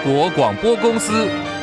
国广播公司。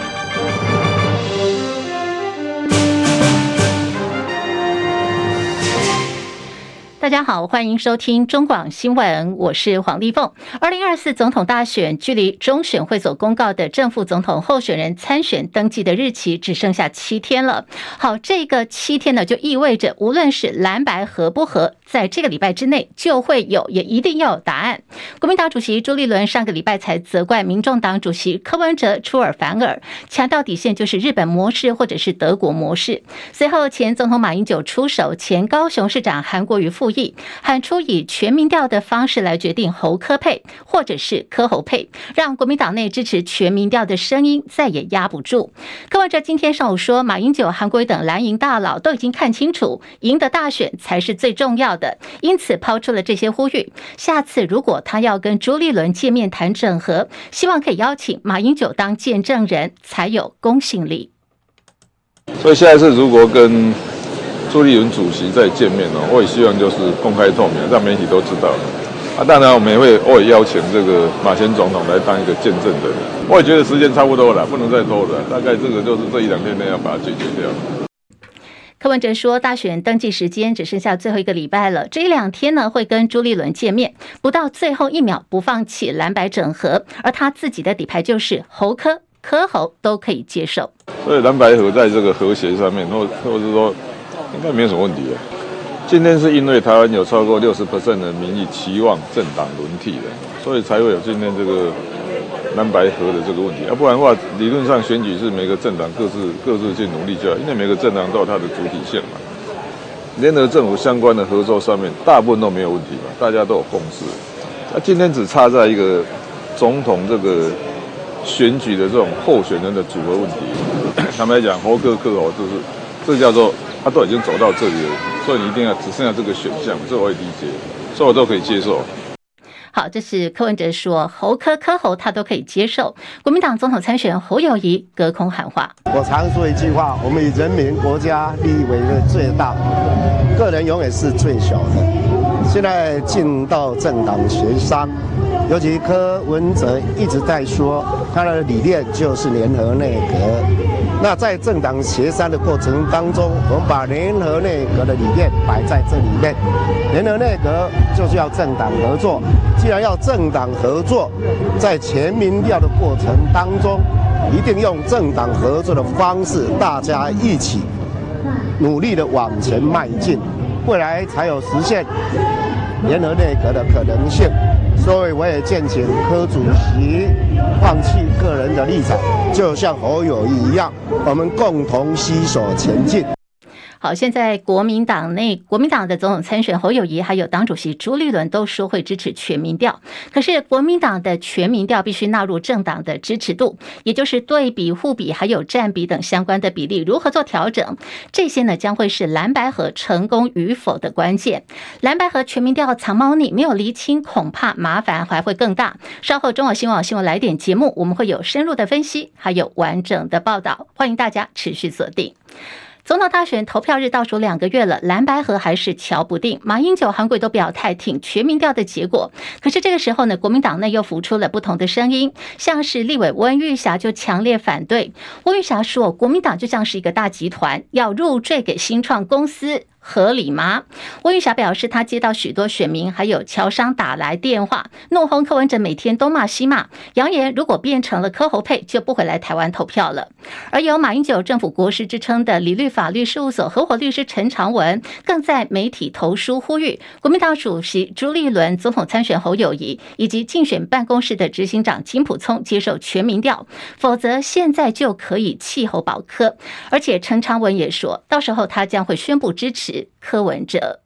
大家好，欢迎收听中广新闻，我是黄丽凤。2024总统大选距离中选会所公告的正副总统候选人参选登记的日期只剩下7天了。好，这个7天呢，就意味着无论是蓝白合不合，在这个礼拜之内就会有，也一定要有答案。国民党主席朱立伦上个礼拜才责怪民众党主席柯文哲出尔反尔，强调底线就是日本模式或者是德国模式。随后前总统马英九出手，前高雄市长韩国瑜复议，喊出以全民调的方式来决定侯柯配或者是柯侯配，让国民党内支持全民调的声音再也压不住。柯文哲今天上午说，马英九、韩国瑜等蓝营大佬都已经看清楚，赢得大选才是最重要的，因此抛出了这些呼吁。下次如果他要跟朱立伦见面谈整合，希望可以邀请马英九当见证人，才有公信力。 所以下一次如果跟朱立伦主席再见面我也希望就是公开透明，让媒体都知道当然我们也会偶尔邀请这个马前总统来当一个见证人。我也觉得时间差不多了，不能再拖了，大概这个就是这1-2天内要把它解决掉。 柯文哲说，大选登记时间只剩下最后1个礼拜了，这1-2天呢会跟朱立伦见面，不到最后1秒不放弃蓝白整合，而他自己的底牌就是侯柯、柯侯都可以接受。 所以蓝白合在这个和谐上面，或者是说应该没有什么问题的。今天是因为台湾有超过60% 的民意期望政党轮替的，所以才会有今天这个蓝白合的这个问题。不然的话，理论上选举是每个政党各自去努力就好，因为每个政党都有它的主体性嘛。联合政府相关的合作上面，大部分都没有问题嘛，大家都有共识。今天只差在一个总统这个选举的这种候选人的组合问题。坦白讲，侯柯柯侯就是这叫做他都已经走到这里了，所以你一定要只剩下这个选项，这我也理解，所以我都可以接受。 好，这是柯文哲说侯柯柯侯他都可以接受。国民党总统参选侯友宜隔空喊话： 我常说一句话，我们以人民国家利益为最大，个人永远是最小的。现在进到政党协商，尤其柯文哲一直在说他的理念就是联合内阁。那在政党协商的过程当中，我们把联合内阁的理念摆在这里面。联合内阁就是要政党合作，既然要政党合作，在全民调的过程当中，一定用政党合作的方式，大家一起努力的往前迈进，未来才有实现联合内阁的可能性。所以我也建请柯主席放弃个人的立场，就像侯友宜一样，我们共同携手前进。 好，现在国民党的总统参选侯友宜还有党主席朱立伦都说会支持全民调，可是国民党的全民调必须纳入政党的支持度，也就是对比、互比还有占比等相关的比例如何做调整，这些呢将会是蓝白合成功与否的关键。蓝白合全民调藏猫腻没有厘清，恐怕麻烦还会更大。稍后中广新闻来点节目，我们会有深入的分析还有完整的报道，欢迎大家持续锁定。总统大选投票日倒数2个月了，蓝白合还是瞧不定。马英九、韩国瑜都表态挺全民调的结果，可是这个时候呢，国民党内又浮出了不同的声音，像是立委温玉霞就强烈反对。温玉霞说，国民党就像是一个大集团，要入赘给新创公司，合理吗？温玉霞表示，他接到许多选民还有侨商打来电话，怒轰柯文哲每天东骂西骂，扬言如果变成了柯侯配，就不回来台湾投票了。而有马英九政府国师之称的理律法律事务所合伙律师陈长文，更在媒体投书呼吁国民党主席朱立伦、总统参选侯友宜以及竞选办公室的执行长金溥聪接受全民调，否则现在就可以弃侯保柯。而且陈长文也说，到时候他将会宣布支持柯文哲。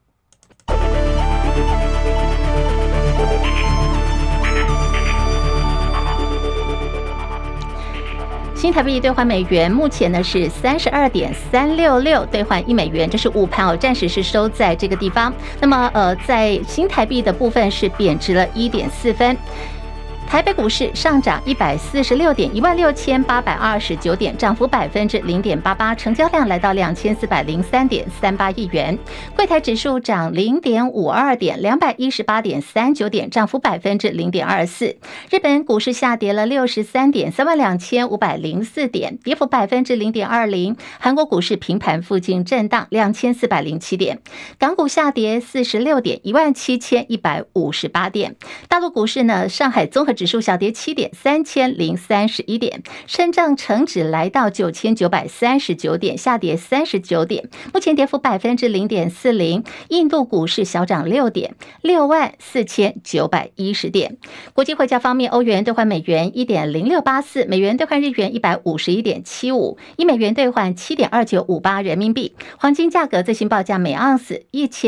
新台币兑换美元目前呢是32.366兑换1美元，这是午盘暂时是收在这个地方。那么在新台币的部分是贬值了1.4分。 台北股市上涨146点，16829点，涨幅0.88%，成交量来到2403.38亿元。柜台指数涨0.52点，218.39点，涨幅0.24%。日本股市下跌了63点，32504点，跌幅0.20%。韩国股市平盘附近震荡2407点。港股下跌46点，17158点。大陆股市呢，上海综合指数小跌7点，3031点。深圳成指来到9939点，下跌39点，目前跌幅0.40%。印度股市小涨6点，64910点。国际汇价方面，欧元兑换美元1.0684，美元兑换日元151.75，一美元兑换7.2958人民币。黄金价格最新报价每盎司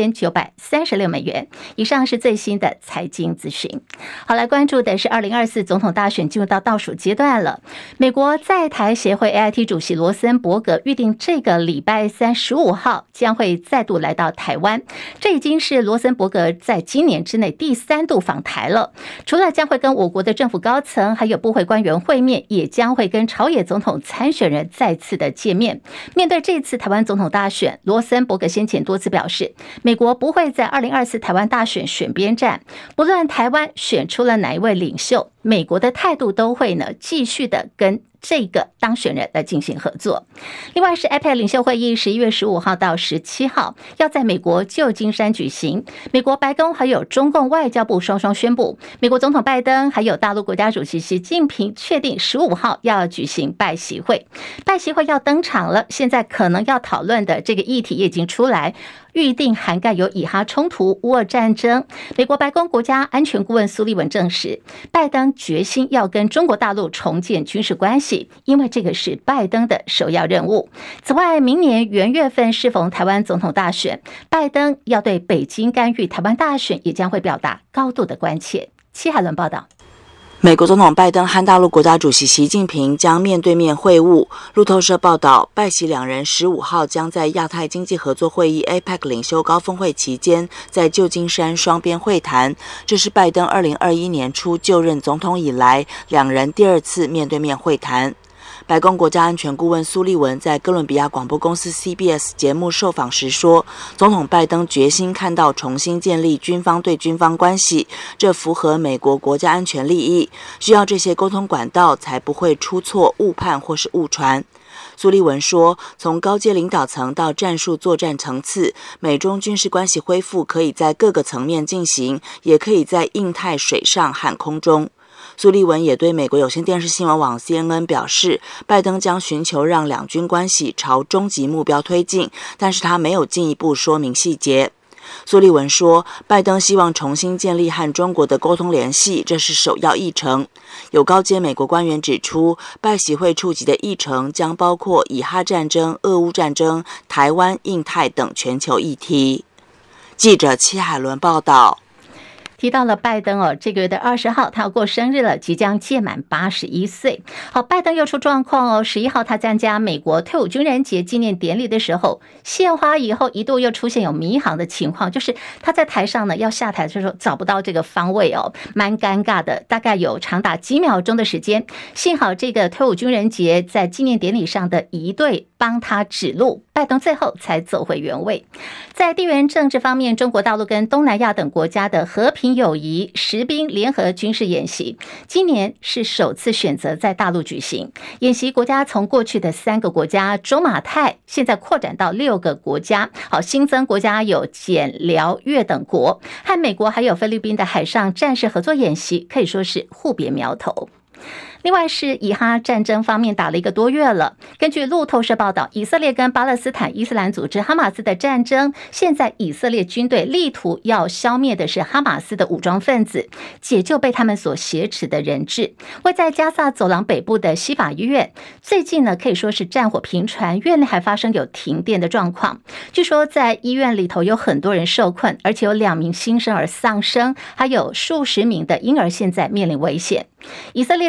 1936美元。以上是最新的财经资讯。好，来关注的是2024总统大选进入到倒数阶段了。美国在台协会 AIT 主席罗森伯格预定这个礼拜3 15号将会再度来到台湾，这已经是罗森伯格在今年之内第3度访台了。除了将会跟我国的政府高层还有部会官员会面，也将会跟朝野总统参选人再次的见面。面对这次台湾总统大选，罗森伯格先前多次表示，美国不会在2024台湾大选选边站，不论台湾选出了哪一位领袖，美国的态度都会呢继续的跟这个当选人来进行合作。另外是 APEC 领袖会议11月15号到17号要在美国旧金山举行。美国白宫还有中共外交部双双宣布，美国总统拜登还有大陆国家主席习近平确定15号要举行拜习会。拜习会要登场了，现在可能要讨论的这个议题也已经出来，预定涵盖有以哈冲突、乌俄战争。美国白宫国家安全顾问苏利文证实，拜登决心要跟中国大陆重建军事关系，因为这个是拜登的首要任务。此外，明年元月份适逢台湾总统大选，拜登要对北京干预台湾大选也将会表达高度的关切。戚海伦报道。 美国总统拜登和大陆国家主席习近平将面对面会晤。路透社报道，拜习两人15号将在亚太经济合作会议 APEC 领袖高峰会期间在旧金山双边会谈，这是拜登2021年初就任总统以来两人第2次面对面会谈。白宫国家安全顾问苏利文在哥伦比亚广播公司 CBS 节目受访时说，总统拜登决心看到重新建立军方对军方关系，这符合美国国家安全利益，需要这些沟通管道才不会出错、误判或是误传。苏利文说，从高阶领导层到战术作战层次，美中军事关系恢复可以在各个层面进行，也可以在印太水上和空中。苏利文也对美国有线电视新闻网 CNN 表示，拜登将寻求让两军关系朝终极目标推进，但是他没有进一步说明细节。苏利文说，拜登希望重新建立和中国的沟通联系，这是首要议程。有高阶美国官员指出，拜习会触及的议程将包括以哈战争、俄乌战争、台湾、印太等全球议题。记者戚海伦报道。 提到了拜登这个月的20号他要过生日了，即将届满81岁。好，拜登又出状况11号他参加美国退伍军人节纪念典礼的时候，献花以后一度又出现有迷航的情况，就是他在台上呢要下台的时候找不到这个方位蛮尴尬的，大概有长达几秒钟的时间。幸好这个退伍军人节在纪念典礼上的仪队帮他指路，拜登最后才走回原位。在地缘政治方面，中国大陆跟东南亚等国家的和平友谊实兵联合军事演习，今年是首次选择在大陆举行。演习国家从过去的3个国家中马泰，现在扩展到6个国家。好，新增国家有柬、辽、越等国，和美国还有菲律宾的海上战事合作演习，可以说是互别苗头。另外是以哈战争方面打了1个多月了，根据路透社报道，以色列跟巴勒斯坦伊斯兰组织哈马斯的战争，现在以色列军队力图要消灭的是哈马斯的武装分子，解救被他们所挟持的人质。位在加萨走廊北部的西法医院，最近呢可以说是战火频传，院内还发生有停电的状况。据说在医院里头有很多人受困，而且有2名新生儿丧生，还有数十名的婴儿现在面临危险。以色列总理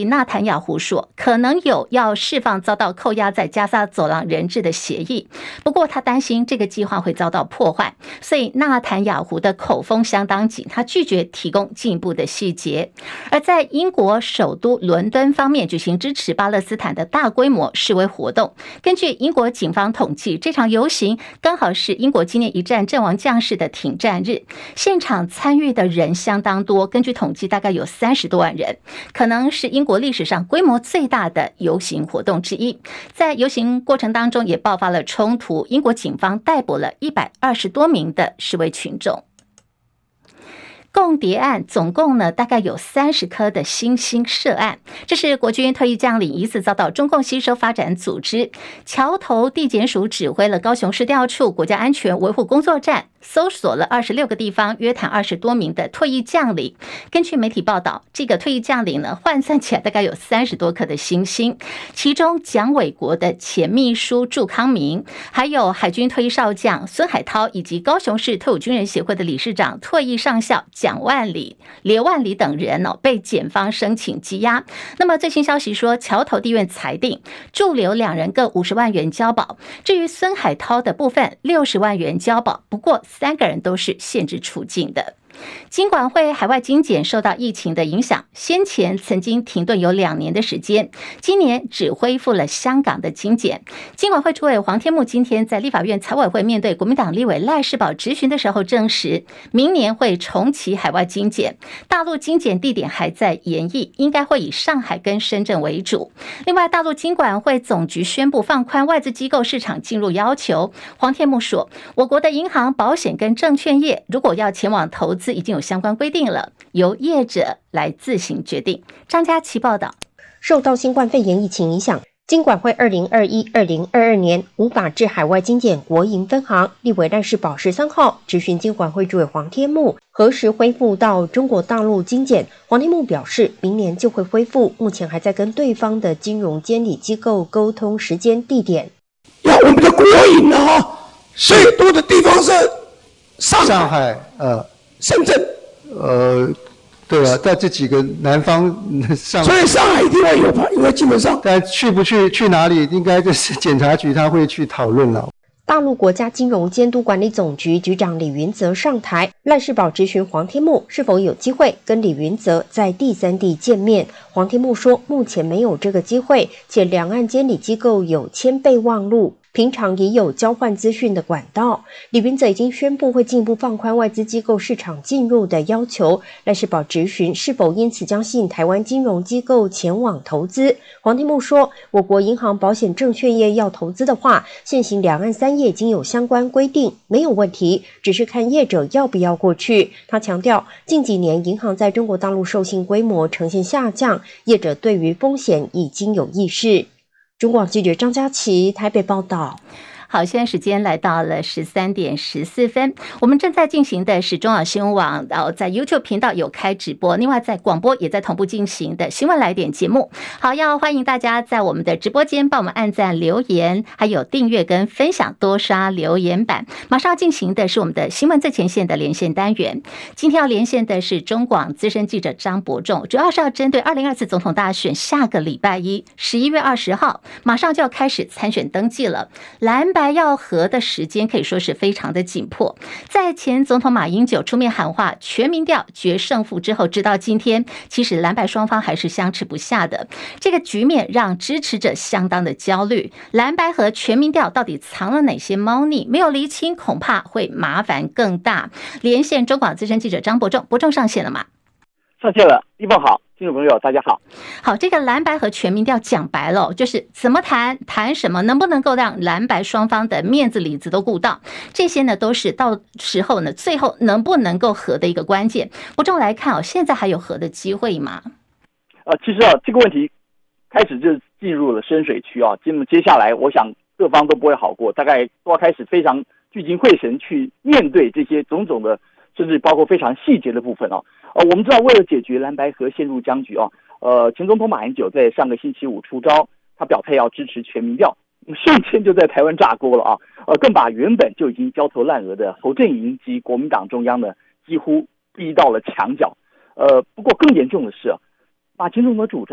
纳坦雅胡说，可能有要释放遭到扣押在加沙走廊人质的协议，不过他担心这个计划会遭到破坏，所以纳坦雅胡的口风相当紧，他拒绝提供进一步的细节。而在英国首都伦敦方面举行支持巴勒斯坦的大规模示威活动，根据英国警方统计，这场游行刚好是英国纪念一战阵亡将士的挺战日，现场参与的人相当多，根据统计大概有30多万人，可能是英国历史上规模最大的游行活动之一。在游行过程当中也爆发了冲突，英国警方逮捕了120多名的示威群众。共谍案总共呢大概有30颗的星星涉案，这是国军退役将领疑似遭到中共吸收发展组织桥头地检署指挥了高雄市调处国家安全维护工作站，搜索了26个地方，约谈20多名的退役将领。根据媒体报道，这个退役将领呢换算起来大概有30多颗的星星，其中蒋纬国的前秘书祝康明，还有海军退役少将孙海涛，以及高雄市退伍军人协会的理事长退役上校蒋万里、连万里等人被检方申请羁押。那么最新消息说，桥头地院裁定驻留2人各50万元交保，至于孙海涛的部分60万元交保，不过3个人都是限制出境的。金管会海外金检受到疫情的影响，先前曾经停顿有2年的时间，今年只恢复了香港的金检。金管会主委黄天牧今天在立法院财委会面对国民党立委赖士葆质询的时候证实，明年会重启海外金检，大陆金检地点还在研议，应该会以上海跟深圳为主。另外，大陆金管会总局宣布放宽外资机构市场进入要求。黄天牧说，我国的银行、保险跟证券业如果要前往投资，已经有相关规定了，由业者来自行决定。张佳琪报道。 受到新冠肺炎疫情影响，金管会2021-2022年无法至海外金检国营分行，立委赖士葆13号质询金管会主委黄天牧何时恢复到中国大陆金检。黄天牧表示，明年就会恢复，目前还在跟对方的金融监理机构沟通时间地点。 要我们的国营最多的地方是上海深圳， 对啊，在这几个南方所以上海一定会有吧，因为基本上， 但去不去哪里，应该就是检察局他会去讨论了。 大陆国家金融监督管理总局局长李云泽上台，赖士葆质询黄天牧是否有机会跟李云泽在第三地见面。黄天牧说，目前没有这个机会，且两岸监理机构有签备忘录，平常也有交换资讯的管道。李云泽已经宣布会进一步放宽外资机构市场进入的要求。赖士葆质询是否因此将吸引台湾金融机构前往投资。黄天牧说，我国银行、保险、证券业要投资的话，现行两岸3业已经有相关规定，没有问题，只是看业者要不要过去。他强调，近几年银行在中国大陆授信规模呈现下降，业者对于风险已经有意识。中广记者张佳琪台北报道。 好，现在时间来到了13点14分，我们正在进行的是中广新闻网在 YouTube 频道有开直播，另外在广播也在同步进行的新闻来点节目。好，要欢迎大家在我们的直播间帮我们按赞、留言，还有订阅跟分享，多刷留言板。马上要进行的是我们的新闻最前线的连线单元，今天要连线的是中广资深记者张伯仲，主要是要针对2024总统大选下个礼拜一11月20号马上就要开始参选登记了，蓝白要和的时间可以说是非常的紧迫。在前总统马英九出面喊话全民调决胜负之后，直到今天，其实蓝白双方还是相持不下的。这个局面让支持者相当的焦虑，蓝白和全民调到底藏了哪些猫腻？没有厘清，恐怕会麻烦更大。连线中广资深记者张伯仲，伯仲上线了吗？ 上线了，一峰好，听众朋友大家好。 好，这个蓝白和全民调讲白了，就是怎么谈什么，能不能够让蓝白双方的面子里子都顾到，这些呢都是到时候呢最后能不能够和的一个关键。伯仲来看现在还有和的机会吗？ 其实这个问题开始就进入了深水区接下来我想各方都不会好过，大概都要开始非常聚精会神去面对这些种种的，甚至包括非常细节的部分我们知道，为了解决蓝白合陷入僵局前总统马英九在上个星期五出招，他表态要支持全民调，瞬间就在台湾炸锅了更把原本就已经焦头烂额的侯阵营及国民党中央呢，几乎逼到了墙角。不过更严重的是把前总统的主张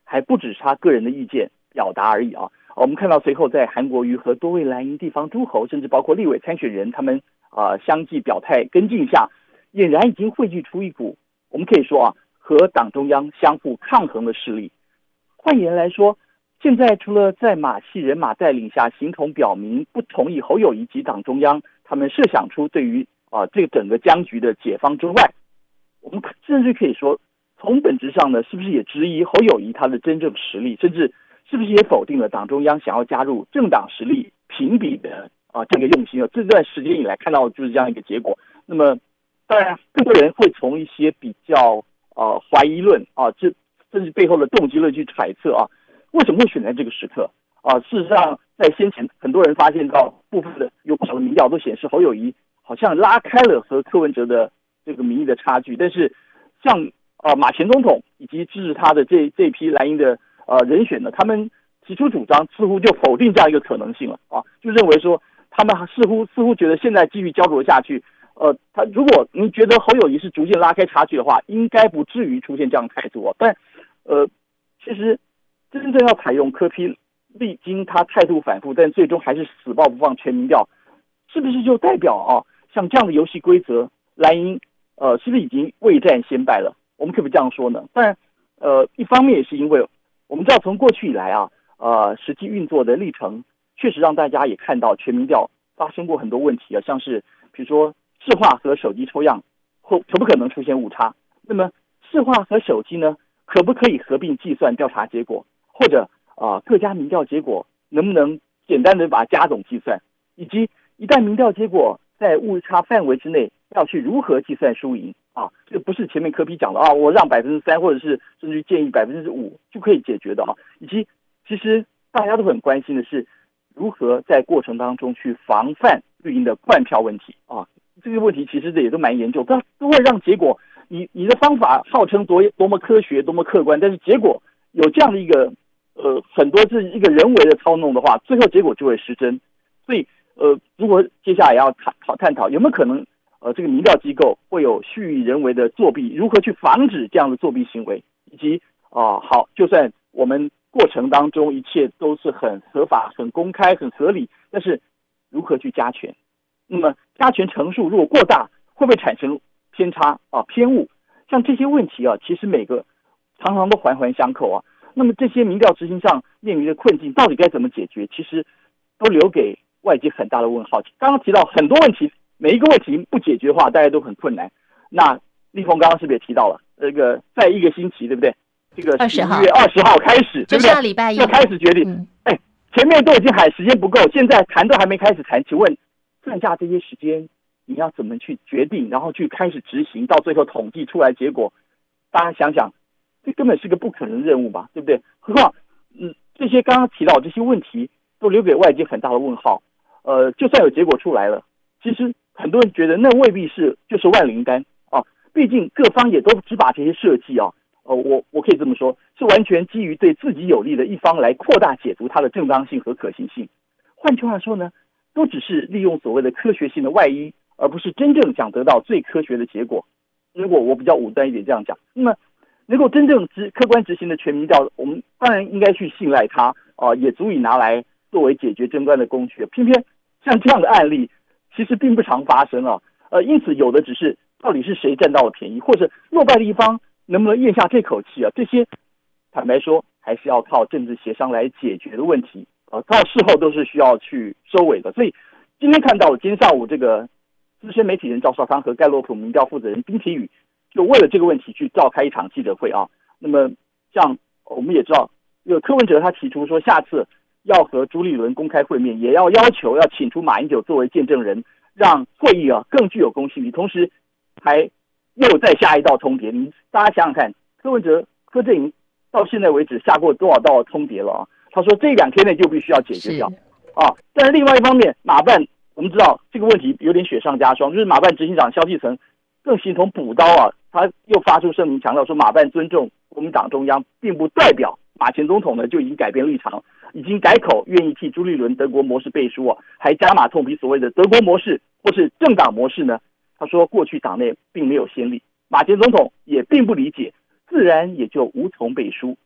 还不只是他个人的意见表达而已啊。我们看到随后在韩国瑜和多位蓝营地方诸侯，甚至包括立委参选人，他们相继表态跟进下，俨然已经汇聚出一股我们可以说和党中央相互抗衡的势力。换言来说，现在除了在马系人马带领下形同表明不同意侯友宜及党中央他们设想出对于这个整个僵局的解方之外，我们甚至可以说从本质上呢，是不是也质疑侯友宜他的真正实力，甚至是不是也否定了党中央想要加入政党实力评比的这个用心。这段时间以来看到就是这样一个结果。那么当然更多人会从一些比较怀疑论这甚至背后的动机论去揣测为什么会选在这个时刻事实上在先前很多人发现到部分的有不少的民调都显示侯友宜好像拉开了和柯文哲的这个民意的差距，但是像马前总统以及支持他的这批蓝营的人选呢，他们提出主张似乎就否定这样一个可能性了就认为说他们似乎觉得现在继续焦灼下去如果你觉得侯友宜是逐渐拉开差距的话，应该不至于出现这样的态度但其实真正要采用柯 P 历经他态度反复，但最终还是死抱不放全民调，是不是就代表像这样的游戏规则，蓝营是不是已经未战先败了？我们可不可以这样说呢？当然一方面也是因为我们知道从过去以来实际运作的历程确实让大家也看到全民调发生过很多问题像是比如说市话和手机抽样可不可能出现误差，那么市话和手机呢可不可以合并计算调查结果，或者各家民调结果能不能简单的把它加总计算，以及一旦民调结果在误差范围之内要去如何计算输赢这不是前面柯 P 讲的我让3%或者是甚至建议5%就可以解决的以及其实大家都很关心的是如何在过程当中去防范绿营的灌票问题这个问题其实也都蛮严重，都会让结果你的方法号称多么科学多么客观，但是结果有这样的一个很多是一个人为的操弄的话，最后结果就会失真。所以如果接下来要探讨有没有可能这个民调机构会有蓄意人为的作弊，如何去防止这样的作弊行为，以及好，就算我们过程当中一切都是很合法很公开很合理，但是如何去加权，那么加权乘数如果过大会不会产生偏差偏误，像这些问题其实每个常常都环环相扣那么这些民调执行上面临的困境到底该怎么解决，其实都留给外界很大的问号。刚刚提到很多问题，每一个问题不解决的话大家都很困难。那立峰刚刚是不是也提到了这个在一个星期对不对，这个11月20号开始对不对， 就是礼拜一要开始决定前面都已经喊时间不够，现在谈都还没开始谈，请问剩下这些时间你要怎么去决定，然后去开始执行，到最后统计出来结果，大家想想这根本是个不可能任务吧，对不对？何况这些刚刚提到这些问题都留给外界很大的问号就算有结果出来了，其实很多人觉得那未必就是万灵丹毕竟各方也都只把这些设计我可以这么说，是完全基于对自己有利的一方来扩大解读它的正当性和可行性。换句话说呢，都只是利用所谓的科学性的外衣，而不是真正想得到最科学的结果。如果我比较武断一点这样讲，那么能够真正客观执行的全民调，我们当然应该去信赖它也足以拿来作为解决争端的工具。偏偏像这样的案例其实并不常发生因此有的只是到底是谁占到了便宜，或者落败的一方能不能咽下这口气这些坦白说还是要靠政治协商来解决的问题到事后都是需要去收尾的。所以今天看到了今天上午这个资深媒体人赵少康和盖洛普民调负责人丁体宇就为了这个问题去召开一场记者会那么像我们也知道柯文哲他提出说下次要和朱立伦公开会面，也要求要请出马英九作为见证人，让会议更具有公信力，同时还又再下一道通牒。大家想想看，柯文哲柯阵营到现在为止下过多少道通牒了他说这2天内就必须要解决掉但是另外一方面，马办我们知道这个问题有点雪上加霜，就是马办执行长萧继成更形同补刀他又发出声明强调说马办尊重国民党中央，并不代表马前总统呢就已经改变立场，已经改口愿意替朱立伦德国模式背书还加码痛批所谓的德国模式或是政党模式呢。他说过去党内并没有先例，马前总统也并不理解，自然也就无从背书。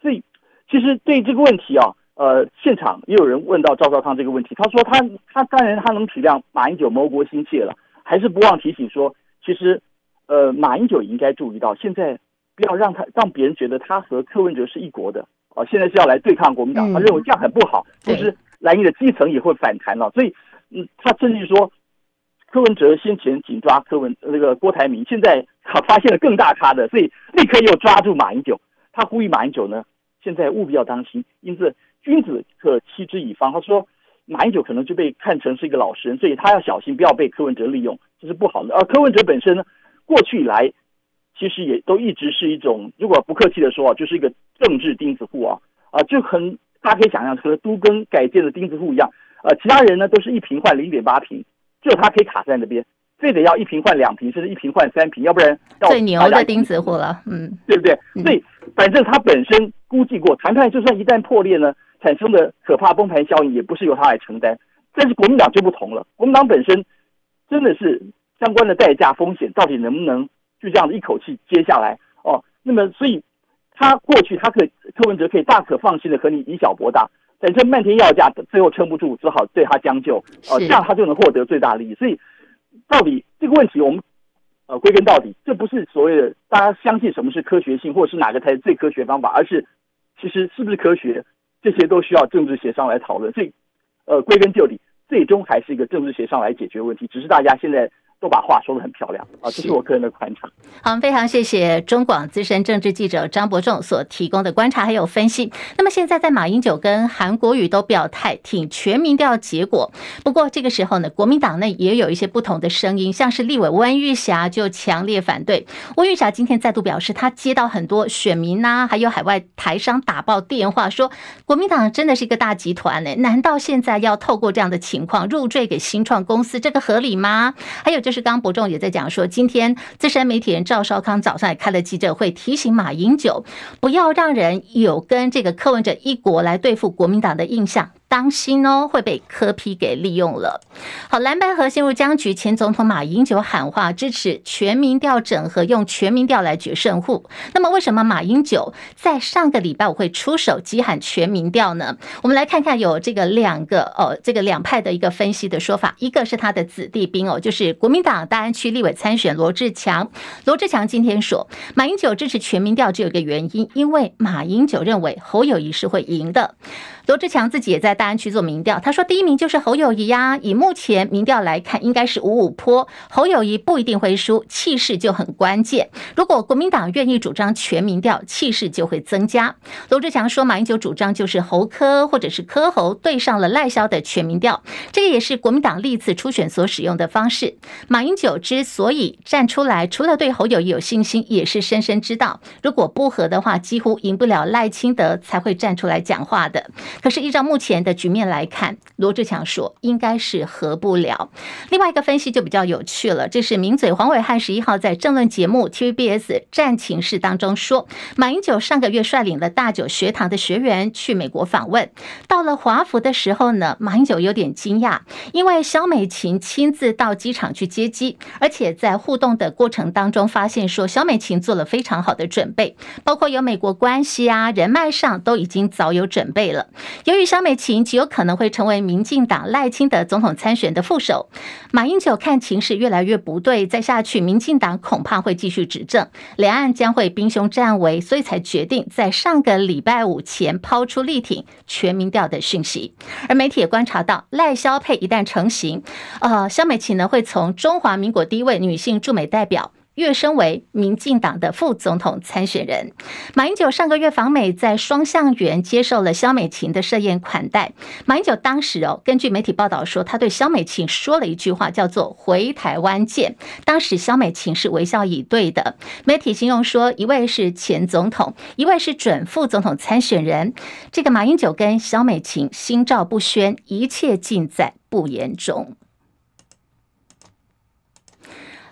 所以其实对这个问题啊，现场也有人问到赵少康这个问题，他说他当然他能体谅马英九谋国心切了，还是不忘提醒说，其实马英九也应该注意到，现在不要让别人觉得他和柯文哲是一国的现在是要来对抗国民党，他认为这样很不好，同时蓝营的基层也会反弹了，所以他甚至说柯文哲先前紧抓郭台铭，现在发现了更大咖的，所以立刻又抓住马英九，他呼吁马英九呢，现在务必要当心，因此君子可欺之以方。他说马英九可能就被看成是一个老实人，所以他要小心，不要被柯文哲利用，这是不好的。而柯文哲本身呢，过去以来其实也都一直是一种，如果不客气的说就是一个政治钉子户就大家可以想象和都更改建的钉子户一样，其他人呢都是一瓶换 0.8 瓶，只有他可以卡在那边，非得要一瓶换2瓶，甚至一瓶换3瓶，要不然要最牛的钉子户了， 对不对？所以反正他本身估计过，谈判就算一旦破裂呢，产生的可怕崩盘效应也不是由他来承担。但是国民党就不同了，国民党本身真的是相关的代价风险到底能不能就这样一口气接下来那么所以他过去柯文哲可以大可放心的和你以小博大，反正漫天要价最后撑不住，只好对他将就这样他就能获得最大利益。所以到底这个问题我们归根到底，这不是所谓的大家相信什么是科学性，或者是哪个才是最科学方法，而是其实是不是科学，这些都需要政治协商来讨论。所以归根究底，最终还是一个政治协商来解决问题，只是大家现在都把话说得很漂亮这是我个人的观察。 好，非常谢谢中广资深政治记者张伯仲所提供的观察还有分析。那么现在在马英九跟韩国瑜都表态挺全民调结果，不过这个时候呢，国民党内也有一些不同的声音，像是立委温玉霞就强烈反对。温玉霞今天再度表示，他接到很多选民还有海外台商打爆电话，说国民党真的是一个大集团难道现在要透过这样的情况入赘给新创公司，这个合理吗？还有就是刚刚伯仲也在讲说，今天资深媒体人赵少康早上也开了记者会，提醒马英九不要让人有跟这个柯文哲一国来对付国民党的印象，当心会被柯 P 给利用了。好，蓝白合陷入僵局，前总统马英九喊话支持全民调整合，用全民调来决胜负。那么为什么马英九在上个礼拜五会出手击喊全民调呢？我们来看看有这个两派的一个分析的说法，一个是他的子弟兵就是国民党大安区立委参选罗志强。罗志强今天说，马英九支持全民调只有一个原因，因为马英九认为侯友宜是会赢的。罗志强自己也在大安区做民调，他说第一名就是侯友宜以目前民调来看应该是5-5坡，侯友宜不一定会输，气势就很关键，如果国民党愿意主张全民调，气势就会增加。罗志强说马英九主张就是侯柯或者是柯侯对上了赖萧的全民调，这个也是国民党历次初选所使用的方式。马英九之所以站出来，除了对侯友宜有信心，也是深深知道如果不合的话几乎赢不了赖清德，才会站出来讲话的。可是依照目前的局面来看，罗志强说应该是合不了。另外一个分析就比较有趣了，这是名嘴黄伟汉11号在政论节目 TVBS 战情室当中说，马英九上个月率领了大九学堂的学员去美国访问，到了华府的时候呢，马英九有点惊讶，因为萧美琴亲自到机场去接机，而且在互动的过程当中发现说萧美琴做了非常好的准备，包括有美国关系人脉上都已经早有准备了。由于萧美琴极有可能会成为民进党赖清德总统参选的副手，马英九看情势越来越不对，再下去民进党恐怕会继续执政，两岸将会兵凶战危，所以才决定在上个礼拜五前抛出力挺全民调的讯息。而媒体也观察到，赖萧配一旦成型，萧美琴呢会从中华民国第一位女性驻美代表跃升为民进党的副总统参选人。马英九上个月访美，在双橡园接受了萧美琴的设宴款待。马英九当时根据媒体报道说，他对萧美琴说了一句话，叫做回台湾见。当时萧美琴是微笑以对的。媒体形容说，一位是前总统，一位是准副总统参选人。这个马英九跟萧美琴心照不宣，一切尽在不言中。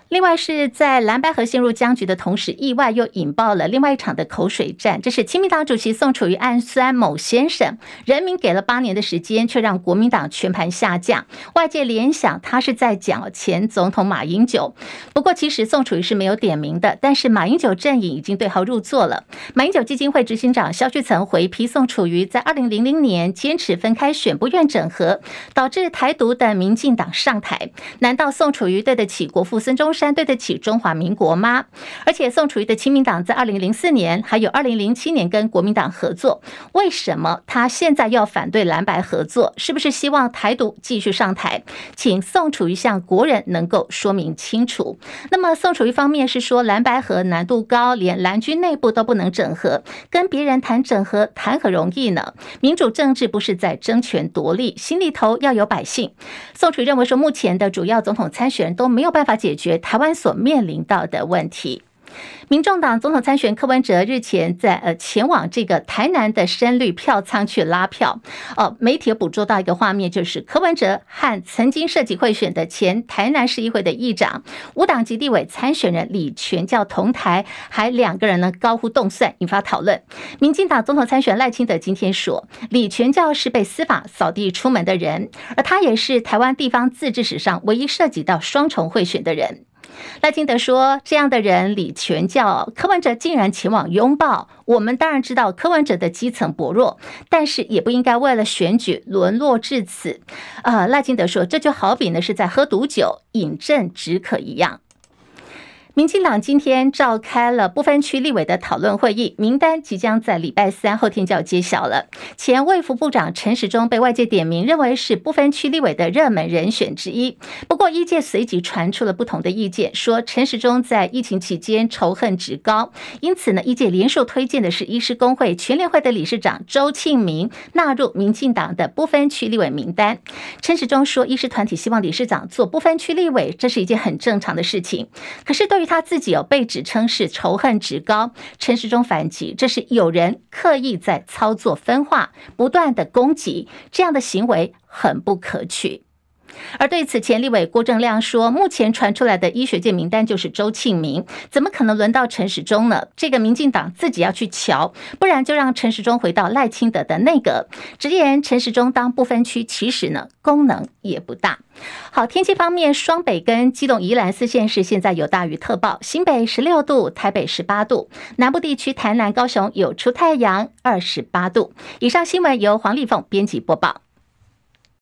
另外是在蓝白合陷入僵局的同时，意外又引爆了另外一场的口水战。这是亲民党主席宋楚瑜暗酸某先生，人民给了8年的时间，却让国民党全盘下架。外界联想他是在讲前总统马英九，不过其实宋楚瑜是没有点名的，但是马英九阵营已经对号入座了。马英九基金会执行长萧旭岑回批宋楚瑜在2000年坚持分开选，不愿整合，导致台独的民进党上台。难道宋楚瑜对得起国父孙中山，对得起中华民国吗？而且宋楚瑜的亲民党在2004年还有2007年跟国民党合作，为什么他现在要反对蓝白合作？是不是希望台独继续上台？请宋楚瑜向国人能够说明清楚。那么宋楚瑜方面是说蓝白合难度高，连蓝军内部都不能整合，跟别人谈整合谈何容易呢？民主政治不是在争权夺利，心里头要有百姓。宋楚瑜认为说，目前的主要总统参选人都没有办法解决台湾所面临到的问题。民众党总统参选柯文哲日前在前往这个台南的深绿票仓去拉票，媒体有捕捉到一个画面，就是柯文哲和曾经涉及贿选的前台南市议会的议长、无党籍立委参选人李全教同台，还2个人呢高呼动算，引发讨论。民进党总统参选赖清德今天说，李全教是被司法扫地出门的人，而他也是台湾地方自治史上唯一涉及到双重贿选的人。赖清德说，这样的人李全教，柯文哲竟然前往拥抱。我们当然知道柯文哲的基层薄弱，但是也不应该为了选举沦落至此。赖清德说，这就好比呢是在喝毒酒，饮鸩止渴一样。民进党今天召开了不分区立委的讨论会议，名单即将在礼拜3后天就要揭晓了。前卫福部长陈时中被外界点名，认为是不分区立委的热门人选之一。不过，医界随即传出了不同的意见，说陈时中在疫情期间仇恨值高，因此呢，医界联署推荐的是医师公会全联会的理事长周庆明纳入民进党的不分区立委名单。陈时中说，医师团体希望理事长做不分区立委，这是一件很正常的事情。可是对于他自己有被指称是仇恨值高，陈时中反击，这是有人刻意在操作分化，不断的攻击，这样的行为很不可取。而对此，前立委郭正亮说，目前传出来的医学界名单就是周庆明，怎么可能轮到陈时中呢？这个民进党自己要去瞧，不然就让陈时中回到赖清德的内阁。直言陈时中当不分区，其实呢功能也不大。好，天气方面，双北跟基隆宜兰4县市现在有大雨特报，新北16度，台北18度，南部地区台南高雄有出太阳28度。以上新闻由黄丽凤编辑播报。